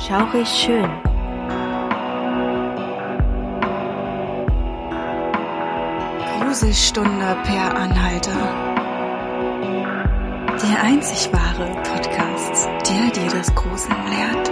Schaurig schön. Gruselstunde per Anhalter. Der einzig wahre Podcast, der dir das Gruseln lehrt.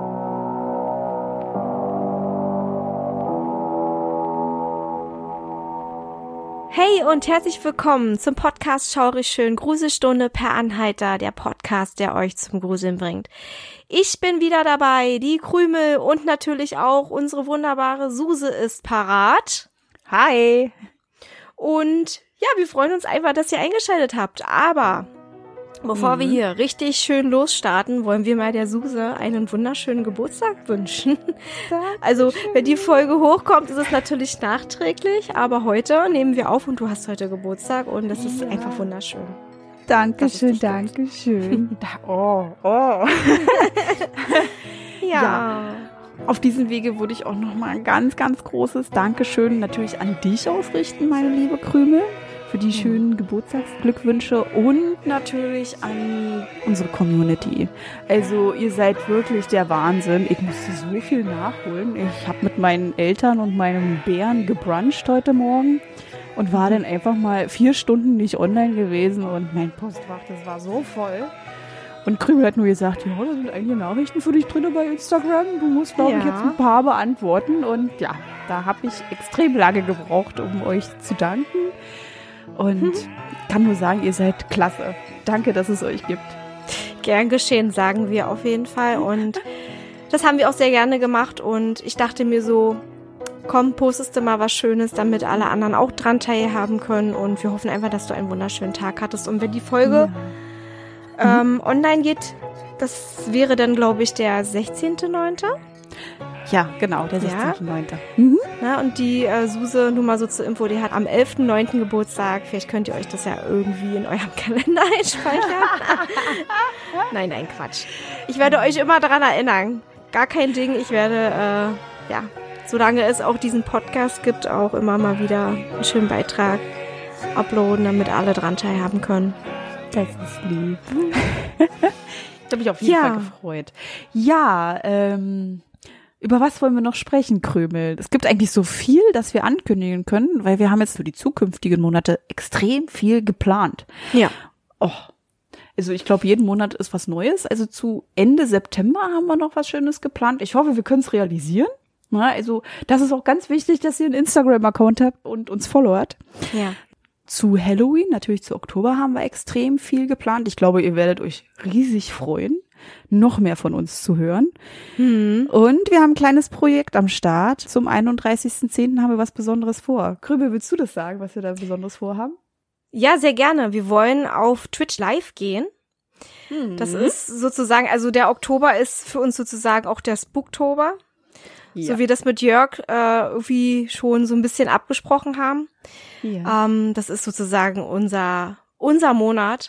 Hey und herzlich willkommen zum Podcast Schaurig schön, Gruselstunde per Anhalter, der Podcast, der euch zum Gruseln bringt. Ich bin wieder dabei, die Krümel und natürlich auch unsere wunderbare Suse ist parat. Hi! Und ja, wir freuen uns einfach, dass ihr eingeschaltet habt. Aber bevor wir hier richtig schön losstarten, wollen wir mal der Suse einen wunderschönen Geburtstag wünschen. Also, wenn die Folge hochkommt, ist es natürlich nachträglich. Aber heute nehmen wir auf und du hast heute Geburtstag und das ist einfach wunderschön. Dankeschön, Dankeschön. Ja. Auf diesem Wege würde ich auch nochmal ein ganz, ganz großes Dankeschön natürlich an dich ausrichten, meine liebe Krümel, für die schönen Geburtstagsglückwünsche und natürlich an unsere Community. Also ihr seid wirklich der Wahnsinn. Ich musste so viel nachholen. Ich habe mit meinen Eltern und meinem Bären gebruncht heute Morgen und war dann einfach mal 4 Stunden nicht online gewesen und mein Postfach, das war so voll. Und Krümel hat nur gesagt, ja, da sind einige Nachrichten für dich drin bei Instagram. Du musst, glaube ich, jetzt ein paar beantworten. Und ja, da habe ich extrem lange gebraucht, um euch zu danken. Und kann nur sagen, ihr seid klasse. Danke, dass es euch gibt. Gern geschehen, sagen wir auf jeden Fall. Und das haben wir auch sehr gerne gemacht. Und ich dachte mir so, komm, postest du mal was Schönes, damit alle anderen auch dran teilhaben können. Und wir hoffen einfach, dass du einen wunderschönen Tag hattest. Und wenn die Folge online geht, das wäre dann, glaube ich, der 16.9. Ja, genau, der 16.9. Ja, und die Suse, nur mal so zur Info, die hat am 11.9. Geburtstag. Vielleicht könnt ihr euch das ja irgendwie in eurem Kalender einspeichern. Nein, Quatsch. Ich werde euch immer daran erinnern. Gar kein Ding. Ich werde, solange es auch diesen Podcast gibt, auch immer mal wieder einen schönen Beitrag uploaden, damit alle dran teilhaben können. Das ist lieb. Ich habe mich auf jeden Fall gefreut. Ja, über was wollen wir noch sprechen, Krümel? Es gibt eigentlich so viel, das wir ankündigen können, weil wir haben jetzt für die zukünftigen Monate extrem viel geplant. Ja. Oh, also ich glaube, jeden Monat ist was Neues. Also zu Ende September haben wir noch was Schönes geplant. Ich hoffe, wir können es realisieren. Ja, also das ist auch ganz wichtig, dass ihr einen Instagram-Account habt und uns followert. Ja. Zu Halloween, natürlich zu Oktober, haben wir extrem viel geplant. Ich glaube, ihr werdet euch riesig freuen, noch mehr von uns zu hören. Und wir haben ein kleines Projekt am Start. Zum 31.10. haben wir was Besonderes vor. Krümel, willst du das sagen, was wir da Besonderes vorhaben? Ja, sehr gerne. Wir wollen auf Twitch live gehen. Das ist sozusagen, also der Oktober ist für uns sozusagen auch der Spooktober. Ja. So wie wir das mit Jörg irgendwie schon so ein bisschen abgesprochen haben. Ja. Das ist sozusagen unser Monat.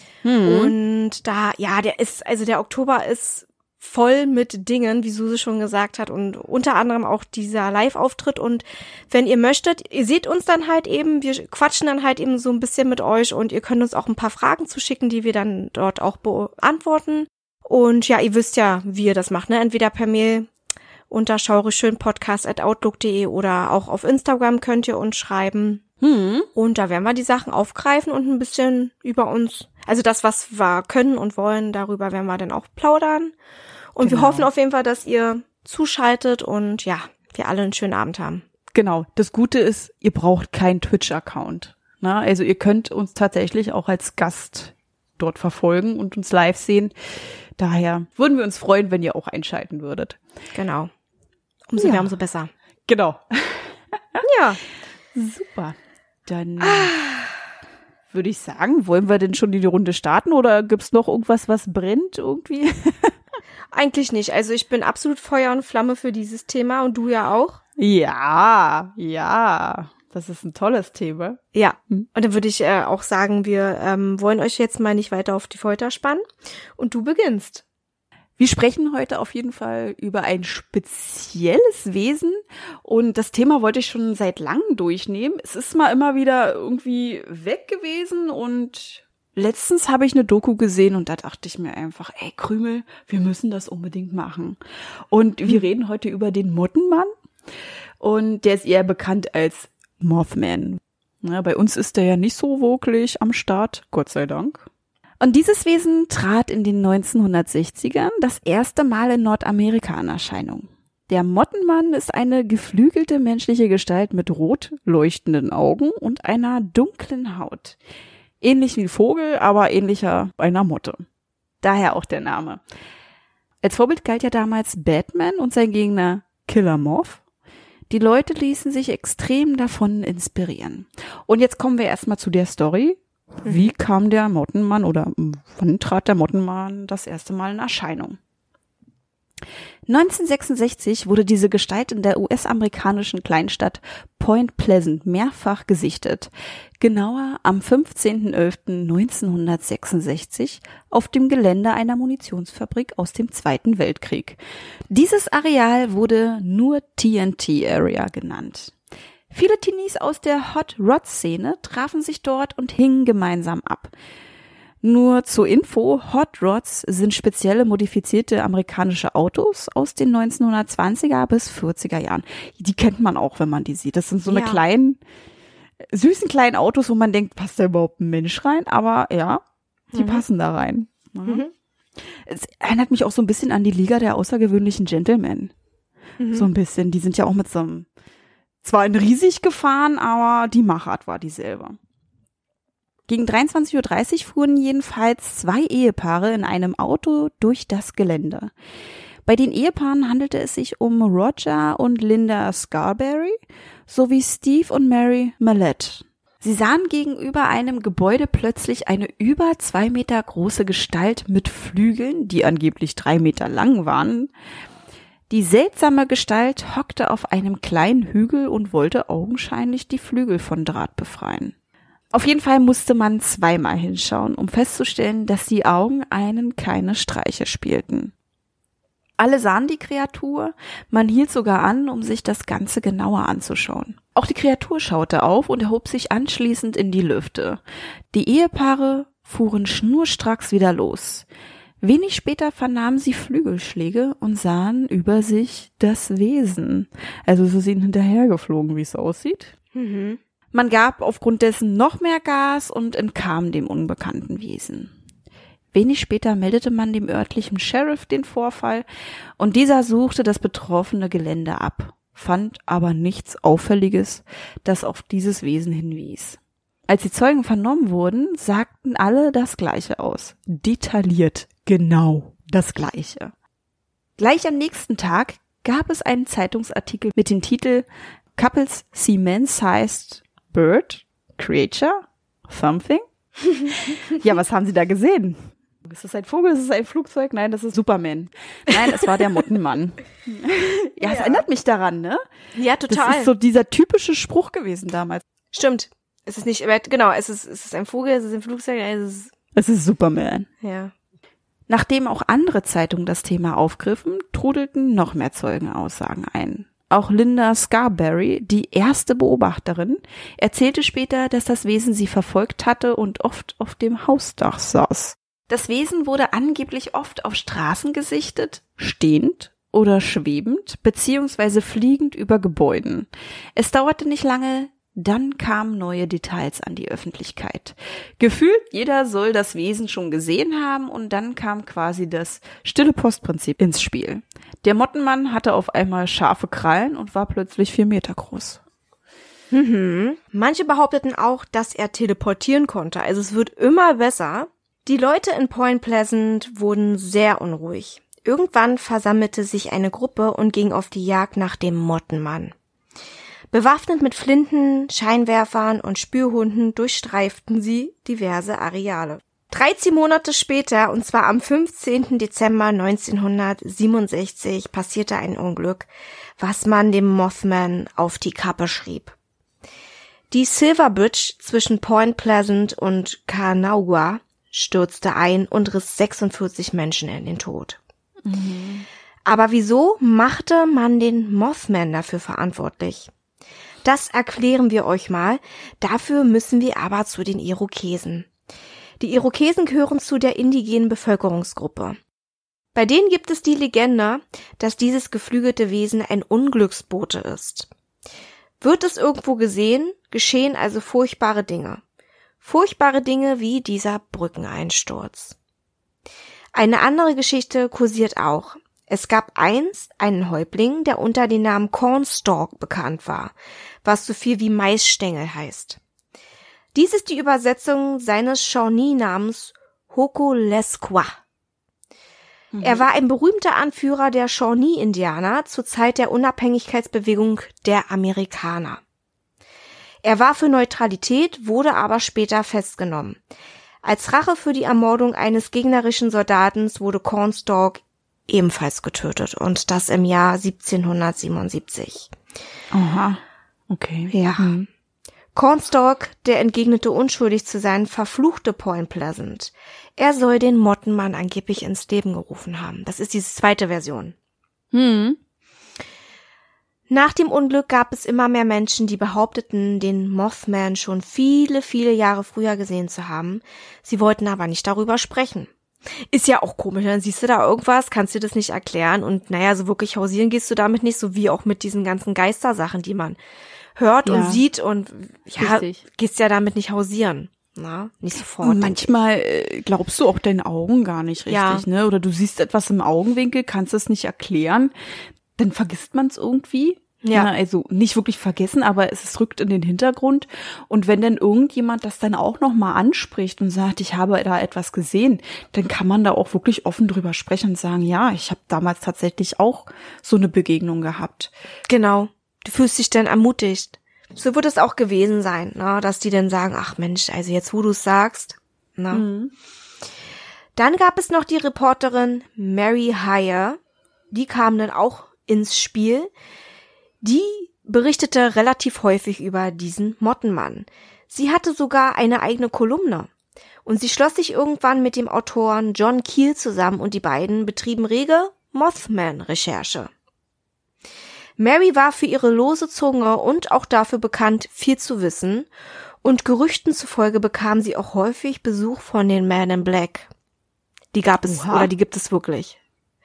Und da, der Oktober ist voll mit Dingen, wie Suse schon gesagt hat, und unter anderem auch dieser Live-Auftritt. Und wenn ihr möchtet, ihr seht uns dann halt eben, wir quatschen dann halt eben so ein bisschen mit euch und ihr könnt uns auch ein paar Fragen zuschicken, die wir dann dort auch beantworten. Und ja, ihr wisst ja, wie ihr das macht, ne? Entweder per Mail unter schaurigschönpodcast@outlook.de oder auch auf Instagram könnt ihr uns schreiben. Und da werden wir die Sachen aufgreifen und ein bisschen über uns, also das, was wir können und wollen, darüber werden wir dann auch plaudern. Und wir hoffen auf jeden Fall, dass ihr zuschaltet und ja, wir alle einen schönen Abend haben. Genau, das Gute ist, ihr braucht keinen Twitch-Account. Na, also ihr könnt uns tatsächlich auch als Gast dort verfolgen und uns live sehen. Daher würden wir uns freuen, wenn ihr auch einschalten würdet. Genau. Umso mehr, umso besser. Genau. Ja. Super. Dann würde ich sagen, wollen wir denn schon in die Runde starten oder gibt's noch irgendwas, was brennt irgendwie? Eigentlich nicht. Also ich bin absolut Feuer und Flamme für dieses Thema und du ja auch. Ja. Das ist ein tolles Thema. Ja. Und dann würde ich auch sagen, wir wollen euch jetzt mal nicht weiter auf die Folter spannen und du beginnst. Wir sprechen heute auf jeden Fall über ein spezielles Wesen und das Thema wollte ich schon seit langem durchnehmen. Es ist mal immer wieder irgendwie weg gewesen und Letztens habe ich eine Doku gesehen und da dachte ich mir einfach, ey Krümel, wir müssen das unbedingt machen. Und wir reden heute über den Mottenmann und der ist eher bekannt als Mothman. Ja, bei uns ist der ja nicht so wirklich am Start, Gott sei Dank. Und dieses Wesen trat in den 1960ern das erste Mal in Nordamerika in Erscheinung. Der Mottenmann ist eine geflügelte menschliche Gestalt mit rot leuchtenden Augen und einer dunklen Haut. Ähnlich wie ein Vogel, aber ähnlicher einer Motte. Daher auch der Name. Als Vorbild galt ja damals Batman und sein Gegner Killer Moth. Die Leute ließen sich extrem davon inspirieren. Und jetzt kommen wir erstmal zu der Story. Wie kam der Mottenmann oder wann trat der Mottenmann das erste Mal in Erscheinung? 1966 wurde diese Gestalt in der US-amerikanischen Kleinstadt Point Pleasant mehrfach gesichtet. Genauer am 15.11.1966 auf dem Gelände einer Munitionsfabrik aus dem Zweiten Weltkrieg. Dieses Areal wurde nur TNT Area genannt. Viele Teenies aus der Hot Rod Szene trafen sich dort und hingen gemeinsam ab. Nur zur Info, Hot Rods sind spezielle modifizierte amerikanische Autos aus den 1920er bis 40er Jahren. Die kennt man auch, wenn man die sieht. Das sind so eine kleinen, süßen kleinen Autos, wo man denkt, passt da überhaupt ein Mensch rein? Aber ja, die passen da rein. Es erinnert mich auch so ein bisschen an die Liga der außergewöhnlichen Gentlemen. So ein bisschen. Die sind ja auch mit so einem, zwar in riesig gefahren, aber die Machart war dieselbe. Gegen 23:30 Uhr fuhren jedenfalls 2 Ehepaare in einem Auto durch das Gelände. Bei den Ehepaaren handelte es sich um Roger und Linda Scarberry sowie Steve und Mary Mallette. Sie sahen gegenüber einem Gebäude plötzlich eine über 2 Meter große Gestalt mit Flügeln, die angeblich 3 Meter lang waren. Die seltsame Gestalt hockte auf einem kleinen Hügel und wollte augenscheinlich die Flügel von Draht befreien. Auf jeden Fall musste man zweimal hinschauen, um festzustellen, dass die Augen einen keine Streiche spielten. Alle sahen die Kreatur, man hielt sogar an, um sich das Ganze genauer anzuschauen. Auch die Kreatur schaute auf und erhob sich anschließend in die Lüfte. Die Ehepaare fuhren schnurstracks wieder los. Wenig später vernahmen sie Flügelschläge und sahen über sich das Wesen. Also so sind hinterhergeflogen, wie es aussieht. Man gab aufgrund dessen noch mehr Gas und entkam dem unbekannten Wesen. Wenig später meldete man dem örtlichen Sheriff den Vorfall und dieser suchte das betroffene Gelände ab, fand aber nichts Auffälliges, das auf dieses Wesen hinwies. Als die Zeugen vernommen wurden, sagten alle das Gleiche aus. Detailliert, genau das Gleiche. Gleich am nächsten Tag gab es einen Zeitungsartikel mit dem Titel Couples see man-sized Bird, Creature, Something. Ja, was haben Sie da gesehen? Ist das ein Vogel? Ist das ein Flugzeug? Nein, das ist Superman. Nein, es war der Mottenmann. Ja, es erinnert mich daran, ne? Ja, total. Das ist so dieser typische Spruch gewesen damals. Stimmt. Es ist nicht, genau, es ist ein Vogel, es ist ein Flugzeug, es ist Superman. Ja. Nachdem auch andere Zeitungen das Thema aufgriffen, trudelten noch mehr Zeugenaussagen ein. Auch Linda Scarberry, die erste Beobachterin, erzählte später, dass das Wesen sie verfolgt hatte und oft auf dem Hausdach saß. Das Wesen wurde angeblich oft auf Straßen gesichtet, stehend oder schwebend, beziehungsweise fliegend über Gebäuden. Es dauerte nicht lange, dann kamen neue Details an die Öffentlichkeit. Gefühlt jeder soll das Wesen schon gesehen haben und dann kam quasi das stille Postprinzip ins Spiel. Der Mottenmann hatte auf einmal scharfe Krallen und war plötzlich 4 Meter groß. Manche behaupteten auch, dass er teleportieren konnte. Also es wird immer besser. Die Leute in Point Pleasant wurden sehr unruhig. Irgendwann versammelte sich eine Gruppe und ging auf die Jagd nach dem Mottenmann. Bewaffnet mit Flinten, Scheinwerfern und Spürhunden durchstreiften sie diverse Areale. 13 Monate später, und zwar am 15. Dezember 1967, passierte ein Unglück, was man dem Mothman auf die Kappe schrieb. Die Silver Bridge zwischen Point Pleasant und Kanawha stürzte ein und riss 46 Menschen in den Tod. Aber wieso machte man den Mothman dafür verantwortlich? Das erklären wir euch mal. Dafür müssen wir aber zu den Irokesen. Die Irokesen gehören zu der indigenen Bevölkerungsgruppe. Bei denen gibt es die Legende, dass dieses geflügelte Wesen ein Unglücksbote ist. Wird es irgendwo gesehen, geschehen also furchtbare Dinge. Furchtbare Dinge wie dieser Brückeneinsturz. Eine andere Geschichte kursiert auch. Es gab einst einen Häuptling, der unter dem Namen Cornstalk bekannt war, was so viel wie Maisstängel heißt. Dies ist die Übersetzung seines Shawnee-Namens Hokulesqua. Er war ein berühmter Anführer der Shawnee-Indianer zur Zeit der Unabhängigkeitsbewegung der Amerikaner. Er war für Neutralität, wurde aber später festgenommen. Als Rache für die Ermordung eines gegnerischen Soldaten wurde Cornstalk ebenfalls getötet, und das im Jahr 1777. Aha, okay. Ja. Cornstalk, der entgegnete unschuldig zu sein, verfluchte Point Pleasant. Er soll den Mottenmann angeblich ins Leben gerufen haben. Das ist diese zweite Version. Nach dem Unglück gab es immer mehr Menschen, die behaupteten, den Mothman schon viele, viele Jahre früher gesehen zu haben. Sie wollten aber nicht darüber sprechen. Ist ja auch komisch, dann siehst du da irgendwas, kannst dir das nicht erklären und naja, so wirklich hausieren gehst du damit nicht, so wie auch mit diesen ganzen Geistersachen, die man hört und sieht und ja, gehst ja damit nicht hausieren. Na, nicht sofort. Und manchmal glaubst du auch deinen Augen gar nicht richtig, ne? Oder du siehst etwas im Augenwinkel, kannst es nicht erklären, dann vergisst man es irgendwie. Ja. Also nicht wirklich vergessen, aber es rückt in den Hintergrund. Und wenn dann irgendjemand das dann auch nochmal anspricht und sagt, ich habe da etwas gesehen, dann kann man da auch wirklich offen drüber sprechen und sagen, ja, ich habe damals tatsächlich auch so eine Begegnung gehabt. Genau. Du fühlst dich dann ermutigt. So wird es auch gewesen sein, ne, dass die dann sagen, ach Mensch, also jetzt wo du es sagst. Ne. Dann gab es noch die Reporterin Mary Hyre. Die kam dann auch ins Spiel. Die berichtete relativ häufig über diesen Mottenmann. Sie hatte sogar eine eigene Kolumne. Und sie schloss sich irgendwann mit dem Autoren John Keel zusammen und die beiden betrieben rege Mothman-Recherche. Mary war für ihre lose Zunge und auch dafür bekannt, viel zu wissen. Und Gerüchten zufolge bekam sie auch häufig Besuch von den Men in Black. Die gab es, oder die gibt es wirklich.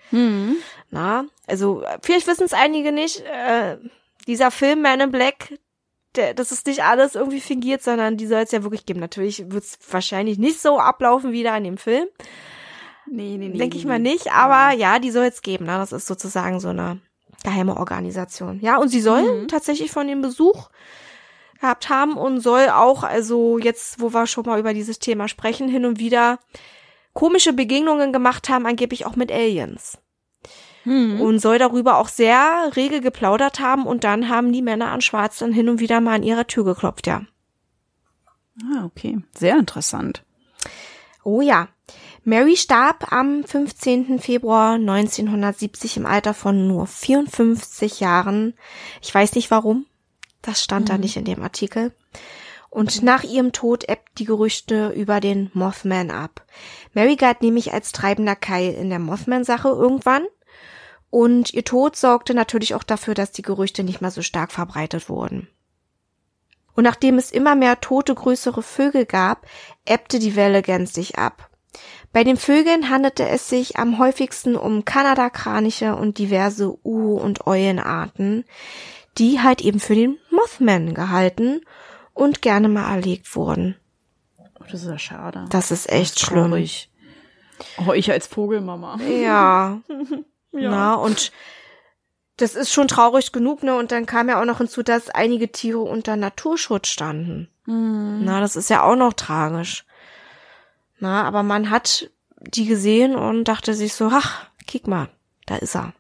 Na, also vielleicht wissen es einige nicht, dieser Film Men in Black, das ist nicht alles irgendwie fingiert, sondern die soll es ja wirklich geben. Natürlich wird es wahrscheinlich nicht so ablaufen wie da in dem Film. Nee. Denke ich mal nicht, aber ja, die soll es geben. Ne? Das ist sozusagen so eine geheime Organisation. Ja, und sie soll tatsächlich von dem Besuch gehabt haben und soll auch, also jetzt, wo wir schon mal über dieses Thema sprechen, hin und wieder komische Begegnungen gemacht haben, angeblich auch mit Aliens. Und soll darüber auch sehr rege geplaudert haben und dann haben die Männer an Schwarz dann hin und wieder mal an ihrer Tür geklopft, ja. Ah, okay. Sehr interessant. Oh ja. Mary starb am 15. Februar 1970 im Alter von nur 54 Jahren. Ich weiß nicht warum. Das stand da nicht in dem Artikel. Und nach ihrem Tod ebbt die Gerüchte über den Mothman ab. Mary galt nämlich als treibender Keil in der Mothman-Sache irgendwann. Und ihr Tod sorgte natürlich auch dafür, dass die Gerüchte nicht mehr so stark verbreitet wurden. Und nachdem es immer mehr tote, größere Vögel gab, ebbte die Welle gänzlich ab. Bei den Vögeln handelte es sich am häufigsten um Kanadakraniche und diverse Uhu- und Eulenarten, die halt eben für den Mothman gehalten und gerne mal erlegt wurden. Oh, das ist ja schade. Das ist echt schlimm. Oh, ich als Vogelmama. Ja. Ja. Na, und das ist schon traurig genug, ne? Und dann kam ja auch noch hinzu, dass einige Tiere unter Naturschutz standen. Na, das ist ja auch noch tragisch. Na, aber man hat die gesehen und dachte sich so, ach, kick mal, da ist er.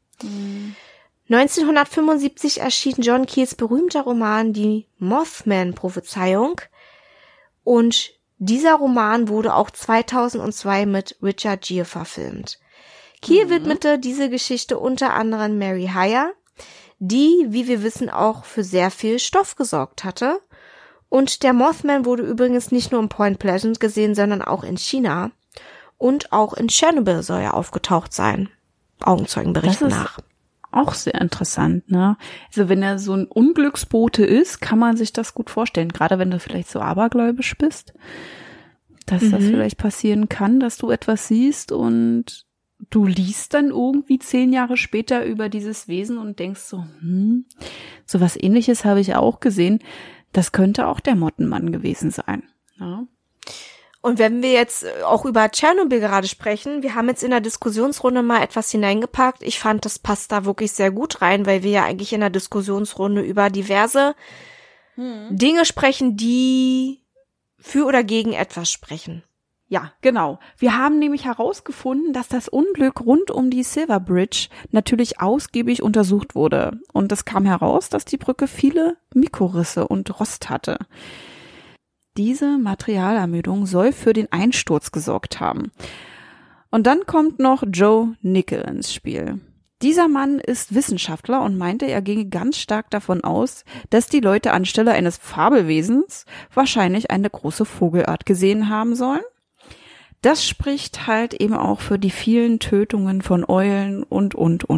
1975 erschien John Keels berühmter Roman Die Mothman-Prophezeiung. Und dieser Roman wurde auch 2002 mit Richard Gere verfilmt. Keel widmete diese Geschichte unter anderem Mary Hyre, die, wie wir wissen, auch für sehr viel Stoff gesorgt hatte. Und der Mothman wurde übrigens nicht nur in Point Pleasant gesehen, sondern auch in China. Und auch in Tschernobyl soll er aufgetaucht sein. Augenzeugenberichten nach. Auch sehr interessant, ne? Also wenn er so ein Unglücksbote ist, kann man sich das gut vorstellen. Gerade wenn du vielleicht so abergläubisch bist. dass das vielleicht passieren kann, dass du etwas siehst und du liest dann irgendwie 10 Jahre später über dieses Wesen und denkst so, so was Ähnliches habe ich auch gesehen. Das könnte auch der Mottenmann gewesen sein. Ja. Und wenn wir jetzt auch über Tschernobyl gerade sprechen, wir haben jetzt in der Diskussionsrunde mal etwas hineingepackt. Ich fand, das passt da wirklich sehr gut rein, weil wir ja eigentlich in der Diskussionsrunde über diverse Dinge sprechen, die für oder gegen etwas sprechen. Ja, genau. Wir haben nämlich herausgefunden, dass das Unglück rund um die Silver Bridge natürlich ausgiebig untersucht wurde. Und es kam heraus, dass die Brücke viele Mikrorisse und Rost hatte. Diese Materialermüdung soll für den Einsturz gesorgt haben. Und dann kommt noch Joe Nickel ins Spiel. Dieser Mann ist Wissenschaftler und meinte, er ginge ganz stark davon aus, dass die Leute anstelle eines Fabelwesens wahrscheinlich eine große Vogelart gesehen haben sollen. Das spricht halt eben auch für die vielen Tötungen von Eulen und.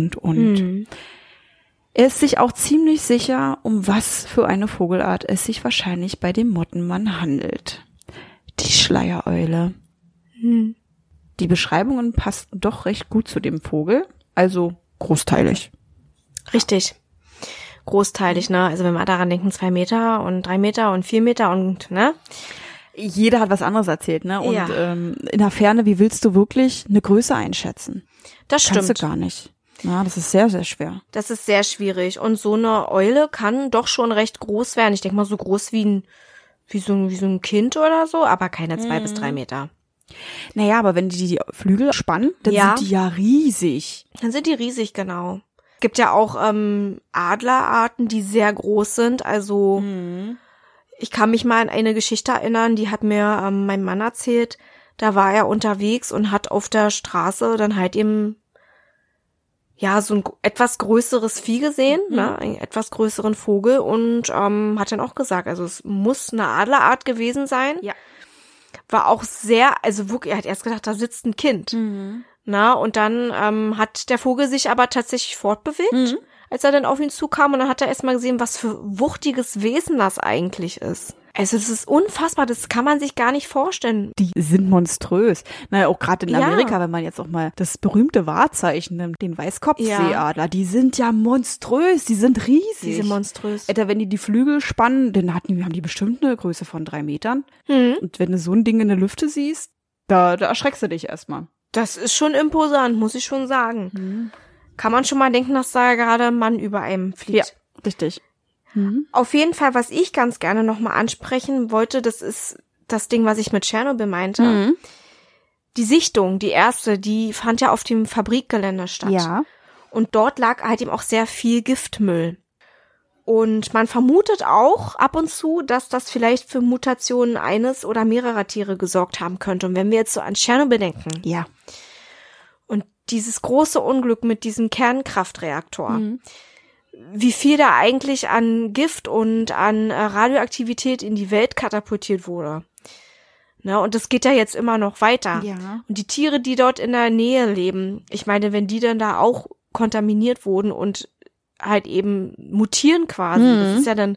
Er ist sich auch ziemlich sicher, um was für eine Vogelart es sich wahrscheinlich bei dem Mottenmann handelt. Die Schleiereule. Die Beschreibungen passen doch recht gut zu dem Vogel, also großteilig. Richtig. Großteilig, ne? Also wenn wir daran denken, 2 Meter und 3 Meter und 4 Meter und, ne? Jeder hat was anderes erzählt, ne? Und in der Ferne, wie willst du wirklich eine Größe einschätzen? Das stimmt. Kannst du gar nicht. Ja, das ist sehr, sehr schwer. Das ist sehr schwierig. Und so eine Eule kann doch schon recht groß werden. Ich denke mal so groß wie so ein Kind oder so, aber keine 2 bis 3 Meter. Naja, aber wenn die Flügel spannen, dann sind die ja riesig. Dann sind die riesig, genau. Es gibt ja auch Adlerarten, die sehr groß sind. Also ich kann mich mal an eine Geschichte erinnern, die hat mir mein Mann erzählt. Da war er unterwegs und hat auf der Straße dann halt eben so ein etwas größeres Vieh gesehen, ne, einen etwas größeren Vogel und hat dann auch gesagt, also es muss eine Adlerart gewesen sein. Ja. War auch sehr, also wirklich, er hat erst gedacht, da sitzt ein Kind. Na, und dann hat der Vogel sich aber tatsächlich fortbewegt, als er dann auf ihn zukam und dann hat er erst mal gesehen, was für wuchtiges Wesen das eigentlich ist. Also es ist unfassbar, das kann man sich gar nicht vorstellen. Die sind monströs. Naja, auch gerade in Amerika, wenn man jetzt auch mal das berühmte Wahrzeichen nimmt, den Weißkopfseeadler, die sind ja monströs, die sind riesig. Die sind monströs. Etwa wenn die Flügel spannen, dann haben die bestimmt eine Größe von 3 Metern. Und wenn du so ein Ding in der Lüfte siehst, da erschreckst du dich erstmal. Das ist schon imposant, muss ich schon sagen. Kann man schon mal denken, dass da gerade ein Mann über einem fliegt. Ja, richtig. Auf jeden Fall, was ich ganz gerne nochmal ansprechen wollte, das ist das Ding, was ich mit Tschernobyl meinte. Die Sichtung, die erste, die fand ja auf dem Fabrikgelände statt. Ja. Und dort lag halt eben auch sehr viel Giftmüll. Und man vermutet auch ab und zu, dass das vielleicht für Mutationen eines oder mehrerer Tiere gesorgt haben könnte. Und wenn wir jetzt so an Tschernobyl denken. Ja. Und dieses große Unglück mit diesem Kernkraftreaktor. Wie viel da eigentlich an Gift und an Radioaktivität in die Welt katapultiert wurde. Na, und das geht ja jetzt immer noch weiter. Ja. Und die Tiere, die dort in der Nähe leben, ich meine, wenn die dann da auch kontaminiert wurden und halt eben mutieren quasi, das ist ja dann,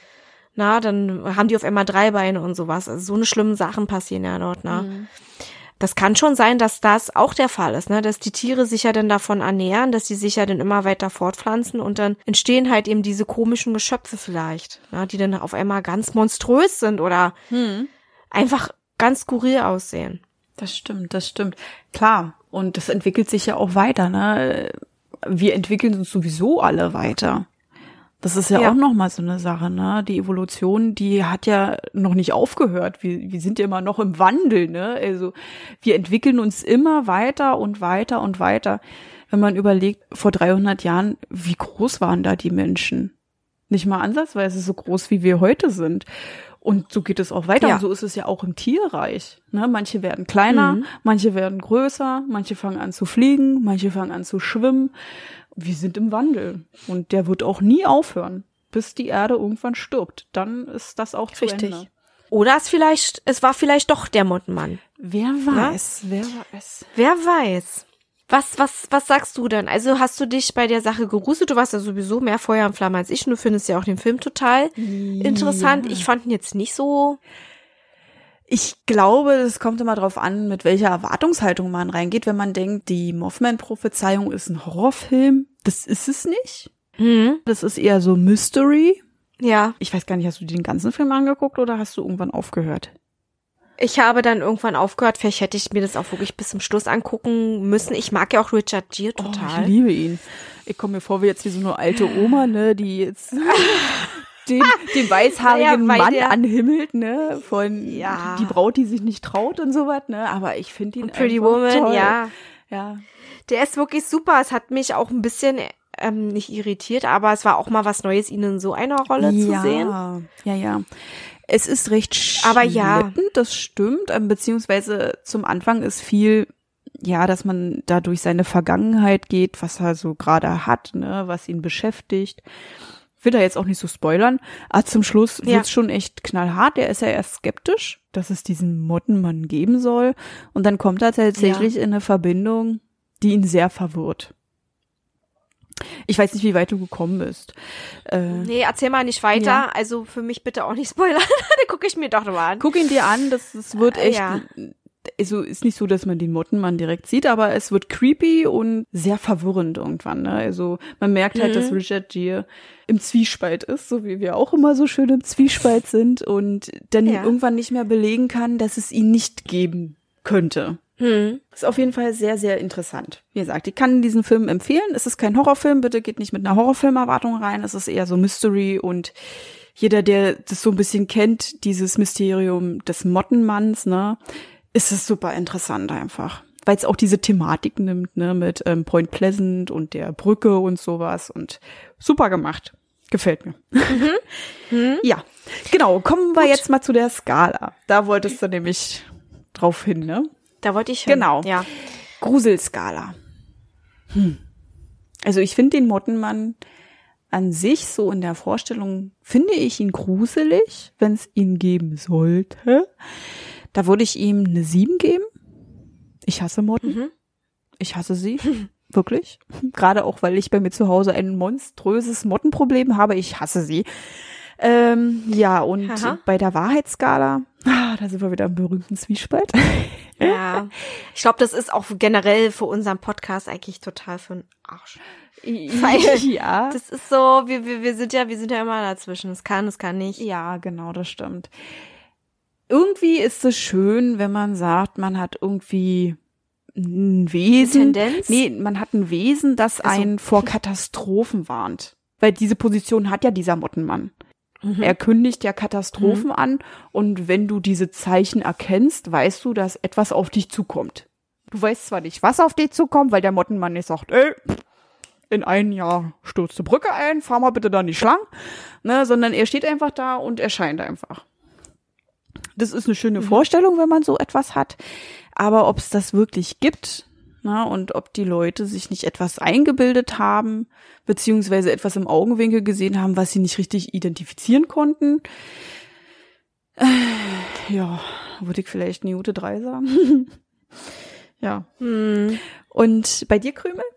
dann haben die auf einmal 3 Beine und sowas. Also so eine schlimme Sachen passieren ja dort, ne? Das kann schon sein, dass das auch der Fall ist, ne, dass die Tiere sich ja dann davon ernähren, dass sie sich ja dann immer weiter fortpflanzen und dann entstehen halt eben diese komischen Geschöpfe vielleicht, ne, die dann auf einmal ganz monströs sind oder einfach ganz skurril aussehen. Das stimmt. Klar. Und das entwickelt sich ja auch weiter, ne? Wir entwickeln uns sowieso alle weiter. Das ist ja auch nochmal so eine Sache, ne? Die Evolution, die hat ja noch nicht aufgehört. Wir sind ja immer noch im Wandel, ne? Also wir entwickeln uns immer weiter und weiter und weiter. Wenn man überlegt, vor 300 Jahren, wie groß waren da die Menschen? Nicht mal ansatzweise so groß, wie wir heute sind. Und so geht es auch weiter. Und so ist es ja auch im Tierreich. Ne? Manche werden kleiner, manche werden größer, manche fangen an zu fliegen, manche fangen an zu schwimmen. Wir sind im Wandel und der wird auch nie aufhören, bis die Erde irgendwann stirbt. Dann ist das auch zu Ende. Oder es war vielleicht doch der Mottenmann. Wer weiß, Wer weiß. Was sagst du denn? Also hast du dich bei der Sache geruselt? Du warst ja sowieso mehr Feuer und Flamme als ich. Du findest ja auch den Film total interessant. Ich fand ihn jetzt nicht so. Ich glaube, es kommt immer drauf an, mit welcher Erwartungshaltung man reingeht. Wenn man denkt, die Mothman-Prophezeiung ist ein Horrorfilm, das ist es nicht. Das ist eher so Mystery. Ja. Ich weiß gar nicht, hast du den ganzen Film angeguckt oder hast du irgendwann aufgehört? Ich habe dann irgendwann aufgehört. Vielleicht hätte ich mir das auch wirklich bis zum Schluss angucken müssen. Ich mag ja auch Richard Gere total. Ich liebe ihn. Ich komme mir vor wie jetzt wie so eine alte Oma, ne, die jetzt den weißhaarigen Mann anhimmelt, ne, von die Braut, die sich nicht traut und sowas, ne, aber ich finde ihn Pretty Woman, toll. Ja. Der ist wirklich super. Es hat mich auch ein bisschen nicht irritiert, aber es war auch mal was Neues, ihn in so einer Rolle zu sehen. Ja. Es ist recht schleppend, das stimmt, beziehungsweise zum Anfang ist viel, dass man da durch seine Vergangenheit geht, was er so gerade hat, ne, was ihn beschäftigt. Ich will da jetzt auch nicht so spoilern, aber zum Schluss wird's schon echt knallhart. Er ist ja erst skeptisch, dass es diesen Mottenmann geben soll, und dann kommt er tatsächlich in eine Verbindung, die ihn sehr verwirrt. Ich weiß nicht, wie weit du gekommen bist. Nee, erzähl mal nicht weiter. Ja. Also für mich bitte auch nicht spoilern. Den gucke ich mir doch nochmal an. Guck ihn dir an, das wird echt, also ist nicht so, dass man den Mottenmann direkt sieht, aber es wird creepy und sehr verwirrend irgendwann. Ne? Also man merkt halt, dass Richard Gere im Zwiespalt ist, so wie wir auch immer so schön im Zwiespalt sind, und dann irgendwann nicht mehr belegen kann, dass es ihn nicht geben könnte. Ist auf jeden Fall sehr, sehr interessant. Wie gesagt, ich kann diesen Film empfehlen. Es ist kein Horrorfilm, bitte geht nicht mit einer Horrorfilmerwartung rein. Es ist eher so Mystery, und jeder, der das so ein bisschen kennt, dieses Mysterium des Mottenmanns, ne, ist es super interessant einfach. Weil es auch diese Thematik nimmt, ne, mit Point Pleasant und der Brücke und sowas, und super gemacht. Gefällt mir. Ja, genau. Kommen wir jetzt mal zu der Skala. Da wolltest du nämlich drauf hin, ne? Da wollte ich hin. Genau. Ja. Gruselskala. Also ich finde den Mottenmann an sich so in der Vorstellung, finde ich ihn gruselig, wenn es ihn geben sollte. Da würde ich ihm eine 7 geben. Ich hasse Motten. Ich hasse sie. Wirklich. Gerade auch, weil ich bei mir zu Hause ein monströses Mottenproblem habe. Ich hasse sie. Und bei der Wahrheitsskala, da sind wir wieder im berühmten Zwiespalt. Ja, ich glaube, das ist auch generell für unseren Podcast eigentlich total für den Arsch. Weil das ist so, wir sind ja immer dazwischen. Es kann nicht. Ja, genau, das stimmt. Irgendwie ist es schön, wenn man sagt, man hat irgendwie ein Wesen. Tendenz? Nee, man hat ein Wesen, das einen vor Katastrophen warnt. Weil diese Position hat ja dieser Mottenmann. Er kündigt ja Katastrophen an, und wenn du diese Zeichen erkennst, weißt du, dass etwas auf dich zukommt. Du weißt zwar nicht, was auf dich zukommt, weil der Mottenmann nicht sagt, in einem Jahr stürzt die Brücke ein, fahr mal bitte da nicht lang, ne, sondern er steht einfach da und erscheint einfach. Das ist eine schöne Vorstellung, wenn man so etwas hat, aber ob es das wirklich gibt, na, und ob die Leute sich nicht etwas eingebildet haben, beziehungsweise etwas im Augenwinkel gesehen haben, was sie nicht richtig identifizieren konnten. Würde ich vielleicht eine gute 3 sagen. Ja. Und bei dir, Krümel?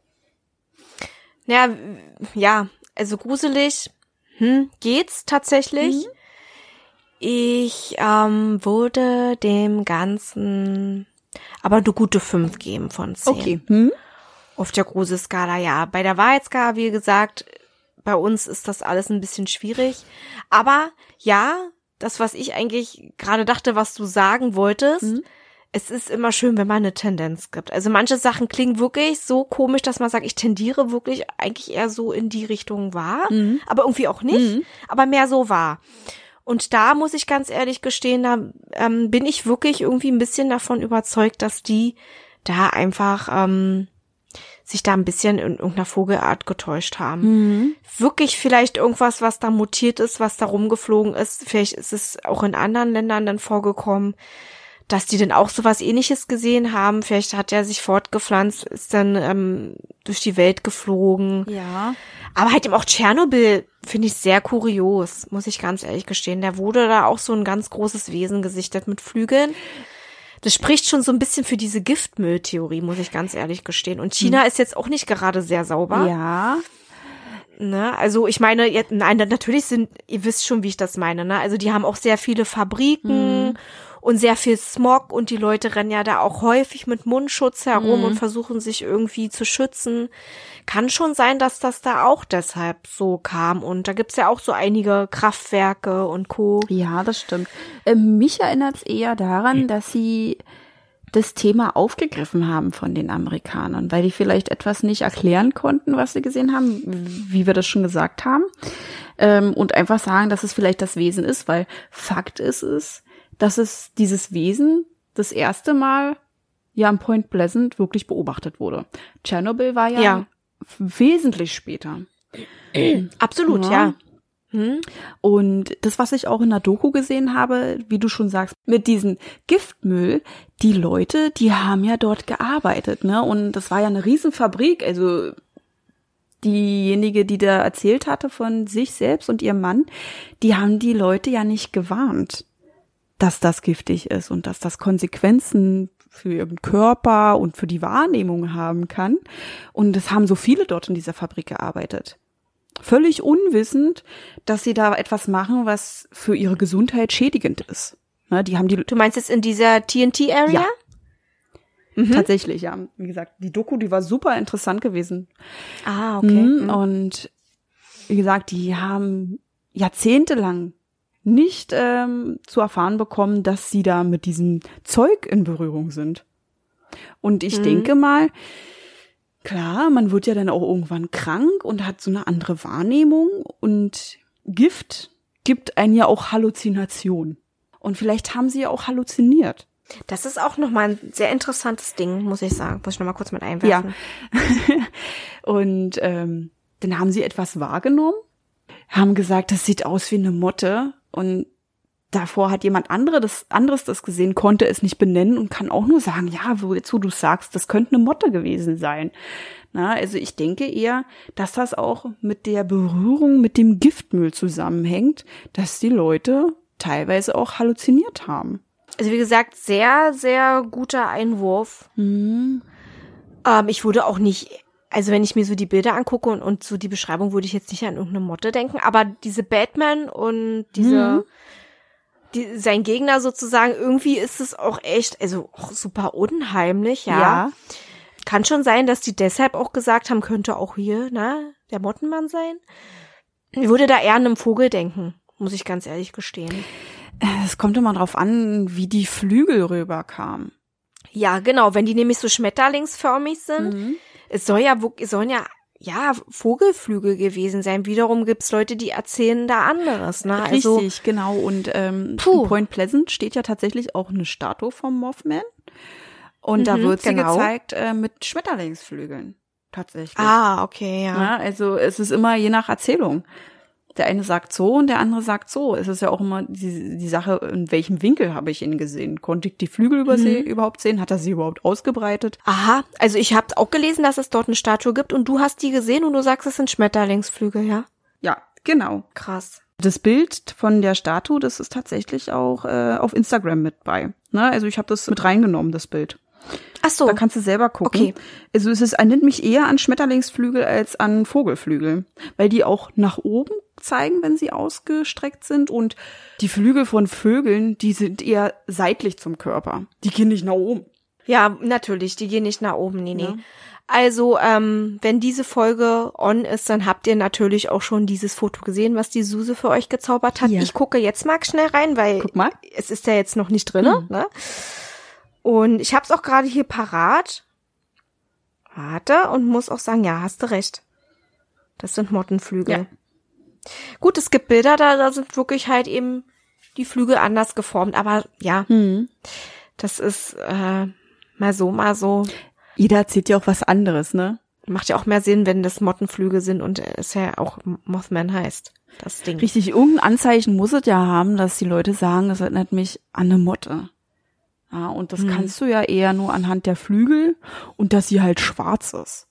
Ja, also gruselig geht's tatsächlich. Ich würde dem Ganzen aber eine gute 5 geben von 10. Okay. Auf der Gruselskala, ja. Bei der Wahrheitsskala, wie gesagt, bei uns ist das alles ein bisschen schwierig. Aber ja, das, was ich eigentlich gerade dachte, was du sagen wolltest, es ist immer schön, wenn man eine Tendenz gibt. Also manche Sachen klingen wirklich so komisch, dass man sagt, ich tendiere wirklich eigentlich eher so in die Richtung wahr, aber irgendwie auch nicht, aber mehr so wahr. Und da muss ich ganz ehrlich gestehen, da bin ich wirklich irgendwie ein bisschen davon überzeugt, dass die da einfach sich da ein bisschen in irgendeiner Vogelart getäuscht haben. Wirklich vielleicht irgendwas, was da mutiert ist, was da rumgeflogen ist. Vielleicht ist es auch in anderen Ländern dann vorgekommen, dass die dann auch sowas Ähnliches gesehen haben. Vielleicht hat er sich fortgepflanzt, ist dann durch die Welt geflogen. Ja. Aber halt eben auch Tschernobyl finde ich sehr kurios, muss ich ganz ehrlich gestehen. Da wurde da auch so ein ganz großes Wesen gesichtet mit Flügeln. Das spricht schon so ein bisschen für diese Giftmülltheorie, muss ich ganz ehrlich gestehen. Und China ist jetzt auch nicht gerade sehr sauber. Ja. Ne? Also ich meine, natürlich ihr wisst schon, wie ich das meine, ne? Also die haben auch sehr viele Fabriken und sehr viel Smog und die Leute rennen ja da auch häufig mit Mundschutz herum und versuchen sich irgendwie zu schützen. Kann schon sein, dass das da auch deshalb so kam und da gibt's ja auch so einige Kraftwerke und Co. Ja, das stimmt. Mich erinnert es eher daran, dass sie das Thema aufgegriffen haben von den Amerikanern, weil die vielleicht etwas nicht erklären konnten, was sie gesehen haben, wie wir das schon gesagt haben, und einfach sagen, dass es vielleicht das Wesen ist, weil Fakt ist es, dass es dieses Wesen das erste Mal ja am Point Pleasant wirklich beobachtet wurde. Tschernobyl war ja wesentlich später. Absolut, ja. Und das, was ich auch in der Doku gesehen habe, wie du schon sagst, mit diesem Giftmüll, die Leute, die haben ja dort gearbeitet, ne? Und das war ja eine Riesenfabrik, also diejenige, die da erzählt hatte von sich selbst und ihrem Mann, die haben die Leute ja nicht gewarnt, dass das giftig ist und dass das Konsequenzen für ihren Körper und für die Wahrnehmung haben kann. Und es haben so viele dort in dieser Fabrik gearbeitet. Völlig unwissend, dass sie da etwas machen, was für ihre Gesundheit schädigend ist. Ne, die haben die. Du meinst jetzt in dieser TNT-Area? Ja. Tatsächlich, ja. Wie gesagt, die Doku, die war super interessant gewesen. Ah, okay. Und wie gesagt, die haben jahrzehntelang nicht zu erfahren bekommen, dass sie da mit diesem Zeug in Berührung sind. Und ich denke mal, klar, man wird ja dann auch irgendwann krank und hat so eine andere Wahrnehmung und Gift gibt einen ja auch Halluzination. Und vielleicht haben sie ja auch halluziniert. Das ist auch nochmal ein sehr interessantes Ding, muss ich sagen. Muss ich nochmal kurz mit einwerfen. Ja. Und dann haben sie etwas wahrgenommen, haben gesagt, das sieht aus wie eine Motte. Und davor hat jemand anderes das gesehen, konnte es nicht benennen und kann auch nur sagen, ja, wozu du sagst, das könnte eine Motte gewesen sein. Na, also ich denke eher, dass das auch mit der Berührung mit dem Giftmüll zusammenhängt, dass die Leute teilweise auch halluziniert haben. Also wie gesagt, sehr, sehr guter Einwurf. Ich würde auch nicht, also wenn ich mir so die Bilder angucke und so die Beschreibung, würde ich jetzt nicht an irgendeine Motte denken, aber diese Batman und sein Gegner sozusagen, irgendwie ist es auch echt, also auch super unheimlich, ja. Kann schon sein, dass die deshalb auch gesagt haben, könnte auch hier, der Mottenmann sein. Ich würde da eher an einen Vogel denken, muss ich ganz ehrlich gestehen. Es kommt immer drauf an, wie die Flügel rüberkamen. Ja, genau, wenn die nämlich so schmetterlingsförmig sind, es sollen ja Vogelflügel gewesen sein. Wiederum gibt's Leute, die erzählen da anderes, ne? Also, richtig, genau. Und in Point Pleasant steht ja tatsächlich auch eine Statue vom Mothman. Und da wird sie gezeigt mit Schmetterlingsflügeln. Tatsächlich. Ah, okay, ja. Also es ist immer je nach Erzählung. Der eine sagt so und der andere sagt so. Es ist ja auch immer die Sache, in welchem Winkel habe ich ihn gesehen? Konnte ich die Flügel überhaupt sehen? Hat er sie überhaupt ausgebreitet? Aha, also ich habe auch gelesen, dass es dort eine Statue gibt und du hast die gesehen und du sagst, es sind Schmetterlingsflügel, ja? Ja, genau. Krass. Das Bild von der Statue, das ist tatsächlich auch auf Instagram mit bei. Ne? Also ich habe das mit reingenommen, das Bild. Ach so. Da kannst du selber gucken. Okay. Also es erinnert mich eher an Schmetterlingsflügel als an Vogelflügel, weil die auch nach oben zeigen, wenn sie ausgestreckt sind, und die Flügel von Vögeln, die sind eher seitlich zum Körper. Die gehen nicht nach oben. Ja, natürlich, die gehen nicht nach oben, nee. Ja. Also, wenn diese Folge on ist, dann habt ihr natürlich auch schon dieses Foto gesehen, was die Suse für euch gezaubert hat. Ja. Ich gucke jetzt mal schnell rein, weil Guck mal. Es ist ja jetzt noch nicht drin, ne? Und ich hab's auch gerade hier parat. Warte, und muss auch sagen, ja, hast du recht. Das sind Mottenflügel. Ja. Gut, es gibt Bilder, da sind wirklich halt eben die Flügel anders geformt, aber ja, das ist mal so. Jeder erzählt ja auch was anderes, ne? Macht ja auch mehr Sinn, wenn das Mottenflügel sind und es ja auch Mothman heißt, das Ding. Richtig, irgendein Anzeichen muss es ja haben, dass die Leute sagen, es erinnert mich an eine Motte. Ja, und das kannst du ja eher nur anhand der Flügel und dass sie halt schwarz ist.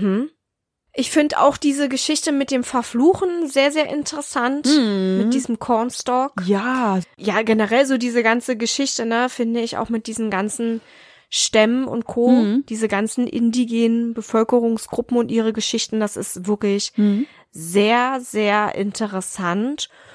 Ich finde auch diese Geschichte mit dem Verfluchen sehr, sehr interessant, mit diesem Cornstalk. Ja. Ja, generell so diese ganze Geschichte, ne, finde ich auch mit diesen ganzen Stämmen und Co., diese ganzen indigenen Bevölkerungsgruppen und ihre Geschichten, das ist wirklich sehr, sehr interessant.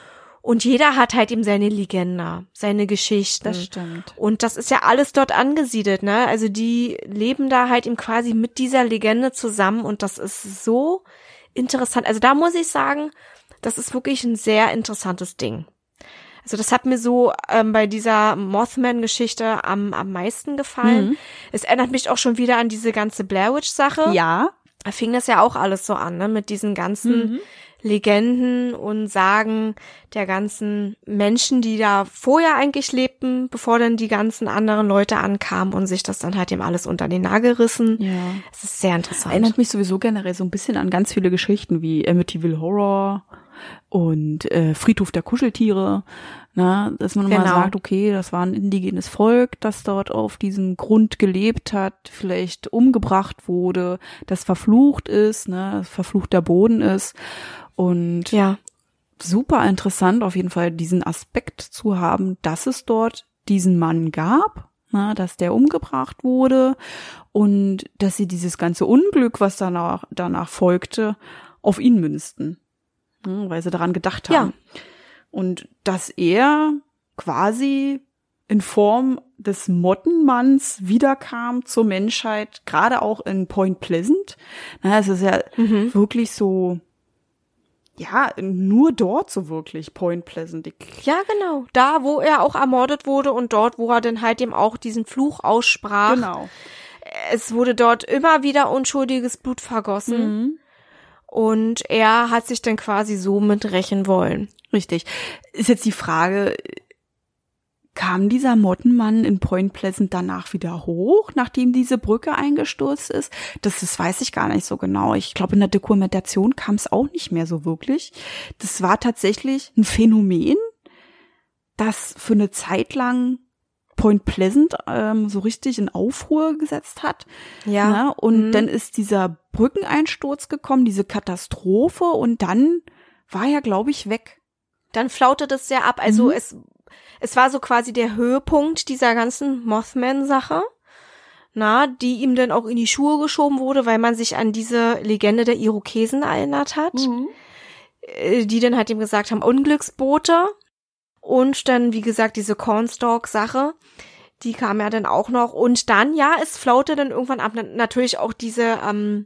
Und jeder hat halt eben seine Legende, seine Geschichten. Das stimmt. Und das ist ja alles dort angesiedelt, ne? Also die leben da halt eben quasi mit dieser Legende zusammen und das ist so interessant. Also da muss ich sagen, das ist wirklich ein sehr interessantes Ding. Also das hat mir so bei dieser Mothman-Geschichte am meisten gefallen. Es erinnert mich auch schon wieder an diese ganze Blair Witch-Sache. Ja. Da fing das ja auch alles so an, ne? Mit diesen ganzen Legenden und Sagen der ganzen Menschen, die da vorher eigentlich lebten, bevor dann die ganzen anderen Leute ankamen und sich das dann halt eben alles unter den Nagel rissen. Ja. Es ist sehr interessant. Erinnert mich sowieso generell so ein bisschen an ganz viele Geschichten wie Amityville Horror und Friedhof der Kuscheltiere. Na, dass man mal sagt, okay, das war ein indigenes Volk, das dort auf diesem Grund gelebt hat, vielleicht umgebracht wurde, das verflucht ist, ne, verfluchter Boden ist. Und ja, super interessant auf jeden Fall diesen Aspekt zu haben, dass es dort diesen Mann gab, na, dass der umgebracht wurde und dass sie dieses ganze Unglück, was danach folgte, auf ihn münzten, weil sie daran gedacht haben. Ja. Und dass er quasi in Form des Mottenmanns wiederkam zur Menschheit, gerade auch in Point Pleasant. Na, es ist ja wirklich so, ja, nur dort so wirklich, Point Pleasant. Ja, genau. Da, wo er auch ermordet wurde und dort, wo er dann halt eben auch diesen Fluch aussprach. Genau. Es wurde dort immer wieder unschuldiges Blut vergossen. Und er hat sich dann quasi so mit rächen wollen. Richtig. Ist jetzt die Frage, kam dieser Mottenmann in Point Pleasant danach wieder hoch, nachdem diese Brücke eingestürzt ist? Das weiß ich gar nicht so genau. Ich glaube, in der Dokumentation kam es auch nicht mehr so wirklich. Das war tatsächlich ein Phänomen, das für eine Zeit lang Point Pleasant so richtig in Aufruhr gesetzt hat. Ja. Ne? Und dann ist dieser Brückeneinsturz gekommen, diese Katastrophe, und dann war er, glaube ich, weg. Dann flaute das sehr ab. Also es war so quasi der Höhepunkt dieser ganzen Mothman-Sache, die ihm dann auch in die Schuhe geschoben wurde, weil man sich an diese Legende der Irokesen erinnert hat, die dann halt ihm gesagt haben, Unglücksboote. Und dann, wie gesagt, diese Cornstalk-Sache, die kam ja dann auch noch. Und dann, ja, es flaute dann irgendwann ab. Natürlich auch diese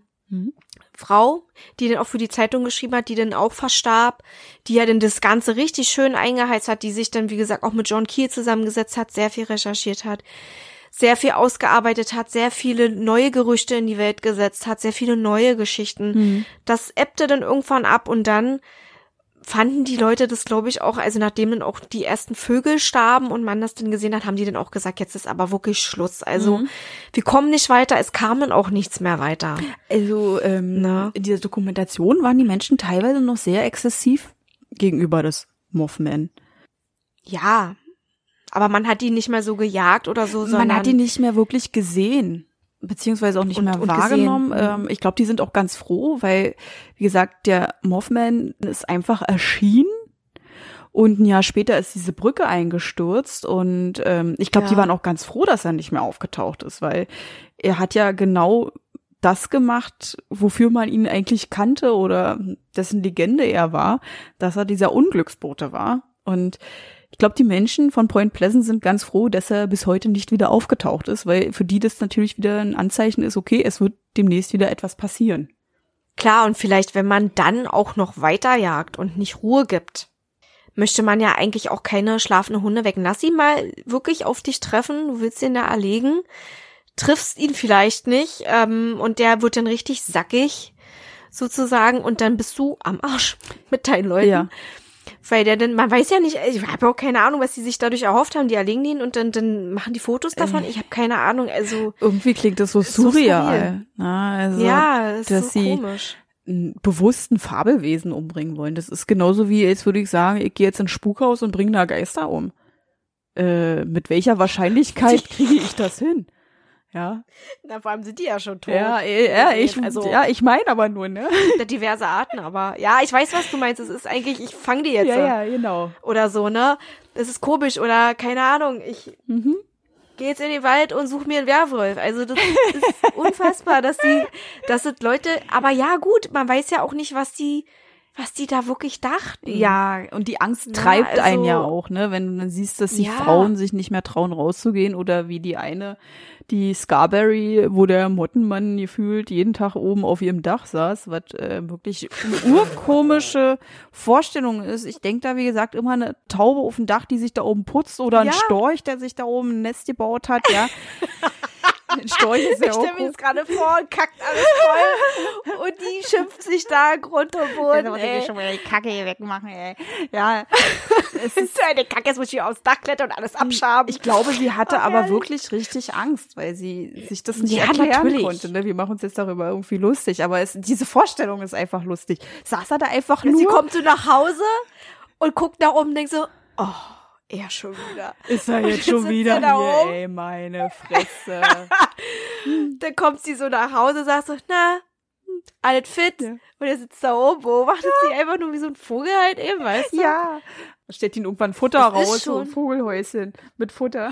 Frau, die dann auch für die Zeitung geschrieben hat, die dann auch verstarb, die ja dann das Ganze richtig schön eingeheizt hat, die sich dann, wie gesagt, auch mit John Keel zusammengesetzt hat, sehr viel recherchiert hat, sehr viel ausgearbeitet hat, sehr viele neue Gerüchte in die Welt gesetzt hat, sehr viele neue Geschichten. Das ebbte dann irgendwann ab und dann fanden die Leute das, glaube ich, auch, also nachdem dann auch die ersten Vögel starben und man das dann gesehen hat, haben die dann auch gesagt, jetzt ist aber wirklich Schluss. Also wir kommen nicht weiter, es kam dann auch nichts mehr weiter. Also in dieser Dokumentation waren die Menschen teilweise noch sehr exzessiv gegenüber des Mothman. Ja, aber man hat die nicht mehr so gejagt oder so, sondern man hat die nicht mehr wirklich gesehen. Beziehungsweise auch nicht mehr wahrgenommen. Ich glaube, die sind auch ganz froh, weil, wie gesagt, der Mothman ist einfach erschienen und ein Jahr später ist diese Brücke eingestürzt und ich glaube, die waren auch ganz froh, dass er nicht mehr aufgetaucht ist, weil er hat ja genau das gemacht, wofür man ihn eigentlich kannte oder dessen Legende er war, dass er dieser Unglücksbote war. Und ich glaube, die Menschen von Point Pleasant sind ganz froh, dass er bis heute nicht wieder aufgetaucht ist, weil für die das natürlich wieder ein Anzeichen ist, okay, es wird demnächst wieder etwas passieren. Klar, und vielleicht, wenn man dann auch noch weiterjagt und nicht Ruhe gibt, möchte man ja eigentlich auch keine schlafenden Hunde wecken. Lass ihn mal wirklich auf dich treffen, du willst ihn da erlegen, triffst ihn vielleicht nicht und der wird dann richtig sackig sozusagen und dann bist du am Arsch mit deinen Leuten. Ja. Weil der dann, man weiß ja nicht, ich habe auch keine Ahnung, was die sich dadurch erhofft haben. Die erlegen ihn und dann machen die Fotos davon. Ich habe keine Ahnung. Also irgendwie klingt das so surreal. Also, ja, das dass ist so komisch. Einen bewussten Fabelwesen umbringen wollen. Das ist genauso wie, jetzt würde ich sagen, ich gehe jetzt ins Spukhaus und bringe da Geister um. Mit welcher Wahrscheinlichkeit kriege ich das hin? Ja. Na, vor allem sind die ja schon tot. Ich meine aber nur, ne? Diverse Arten, aber ja, ich weiß, was du meinst. Es ist eigentlich, ich fange die jetzt. Ja, genau. Oder so, ne? Das ist komisch oder keine Ahnung. Ich gehe jetzt in den Wald und suche mir einen Werwolf. Also das ist unfassbar, dass das Leute, aber ja gut, man weiß ja auch nicht, was die was die da wirklich dachten. Ja, und die Angst treibt einen ja auch, ne? Wenn du dann siehst, dass die Frauen sich nicht mehr trauen, rauszugehen oder wie die eine, die Scarberry, wo der Mottenmann gefühlt jeden Tag oben auf ihrem Dach saß, was wirklich eine urkomische Vorstellung ist. Ich denke da, wie gesagt, immer eine Taube auf dem Dach, die sich da oben putzt oder ein Storch, der sich da oben ein Nest gebaut hat, ja. Ein Storch ist ja ich auch stelle mir jetzt gerade vor, kackt alles voll und die schimpft sich da Grund und Boden. Da muss ich schon mal die Kacke hier wegmachen, ey. Ja, es ist so eine Kacke, jetzt muss ich aufs Dach klettern und alles abschaben. Ich glaube, sie hatte aber wirklich richtig Angst, weil sie sich das nicht erklären konnte. Ne? Wir machen uns jetzt darüber irgendwie lustig, aber diese Vorstellung ist einfach lustig. Saß er da einfach nur? Sie kommt so nach Hause und guckt nach oben und denkt so, oh, er schon wieder. Ist er jetzt schon wieder hier, ey, meine Fresse. Dann kommt sie so nach Hause, sagt so, na, alles fit? Ja. Und er sitzt da oben, beobachtet sie einfach nur wie so ein Vogel halt eben, weißt du? Ja. Da steht ihnen irgendwann Futter raus, so ein Vogelhäuschen mit Futter.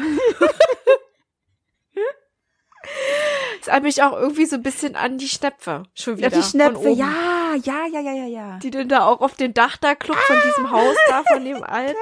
Das hat mich auch irgendwie so ein bisschen an die Schnepfe schon wieder. Ja, die Schnepfe, ja. Die dann da auch auf dem Dach da kluckt von diesem Haus da, von dem alten.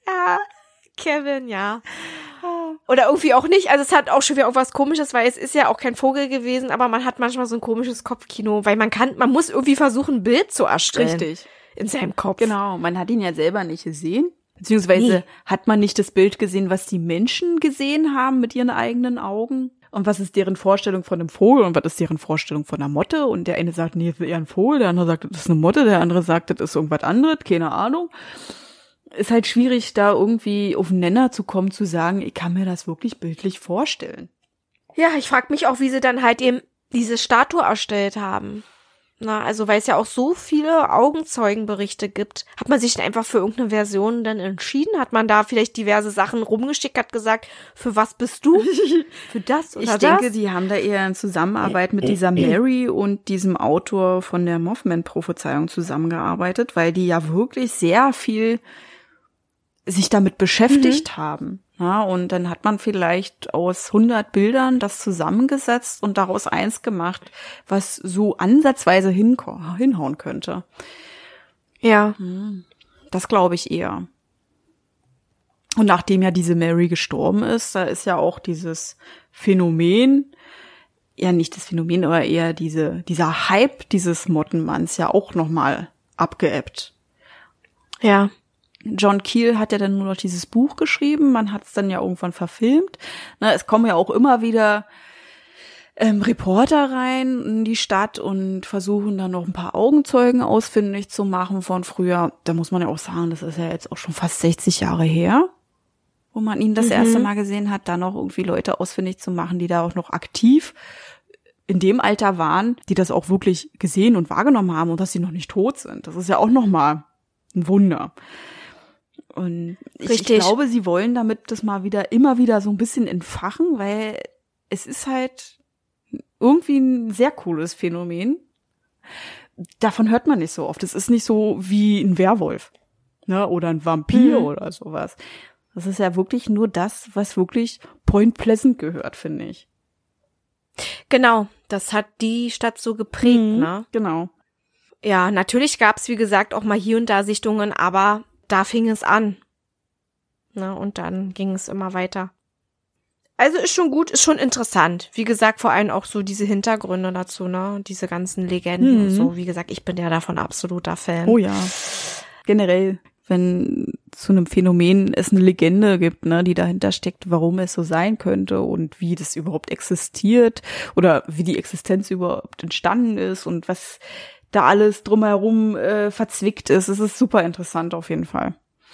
Kevin, ja. Oder irgendwie auch nicht. Also es hat auch schon wieder irgendwas Komisches, weil es ist ja auch kein Vogel gewesen, aber man hat manchmal so ein komisches Kopfkino, weil man muss irgendwie versuchen, ein Bild zu erstellen. Richtig. In seinem Kopf. Genau, man hat ihn ja selber nicht gesehen. Beziehungsweise hat man nicht das Bild gesehen, was die Menschen gesehen haben mit ihren eigenen Augen. Und was ist deren Vorstellung von einem Vogel und was ist deren Vorstellung von einer Motte? Und der eine sagt, nee, das ist eher ein Vogel, der andere sagt, das ist eine Motte, der andere sagt, das ist irgendwas anderes, keine Ahnung. Ist halt schwierig, da irgendwie auf den Nenner zu kommen, zu sagen, ich kann mir das wirklich bildlich vorstellen. Ja, ich frage mich auch, wie sie dann halt eben diese Statue erstellt haben. Na, also weil es ja auch so viele Augenzeugenberichte gibt, hat man sich dann einfach für irgendeine Version dann entschieden? Hat man da vielleicht diverse Sachen rumgeschickt, hat gesagt, für was bist du? Für das oder das? Ich denke, die haben da eher in Zusammenarbeit mit dieser Mary und diesem Autor von der Mothman-Prophezeiung zusammengearbeitet, weil die ja wirklich sehr viel sich damit beschäftigt haben. Ja, und dann hat man vielleicht aus 100 Bildern das zusammengesetzt und daraus eins gemacht, was so ansatzweise hinhauen könnte. Ja. Das glaube ich eher. Und nachdem ja diese Mary gestorben ist, da ist ja auch dieses Phänomen, ja nicht das Phänomen, aber eher dieser Hype dieses Mottenmanns ja auch nochmal abgeebbt. Ja. John Keel hat ja dann nur noch dieses Buch geschrieben, man hat es dann ja irgendwann verfilmt. Na, es kommen ja auch immer wieder Reporter rein in die Stadt und versuchen dann noch ein paar Augenzeugen ausfindig zu machen von früher. Da muss man ja auch sagen, das ist ja jetzt auch schon fast 60 Jahre her, wo man ihn das erste Mal gesehen hat, da noch irgendwie Leute ausfindig zu machen, die da auch noch aktiv in dem Alter waren, die das auch wirklich gesehen und wahrgenommen haben und dass sie noch nicht tot sind. Das ist ja auch nochmal ein Wunder. Und ich glaube, sie wollen damit das immer wieder so ein bisschen entfachen, weil es ist halt irgendwie ein sehr cooles Phänomen. Davon hört man nicht so oft. Es ist nicht so wie ein Werwolf, ne, oder ein Vampir oder sowas. Das ist ja wirklich nur das, was wirklich Point Pleasant gehört, finde ich. Genau, das hat die Stadt so geprägt, ne? Genau. Ja, natürlich gab's, wie gesagt, auch mal hier und da Sichtungen, aber da fing es an. Na, und dann ging es immer weiter. Also ist schon gut, ist schon interessant. Wie gesagt, vor allem auch so diese Hintergründe dazu, ne? Diese ganzen Legenden und so. Wie gesagt, ich bin ja davon absoluter Fan. Oh ja. Generell, wenn zu einem Phänomen es eine Legende gibt, ne, die dahinter steckt, warum es so sein könnte und wie das überhaupt existiert oder wie die Existenz überhaupt entstanden ist und was da alles drumherum verzwickt ist. Es ist super interessant auf jeden Fall.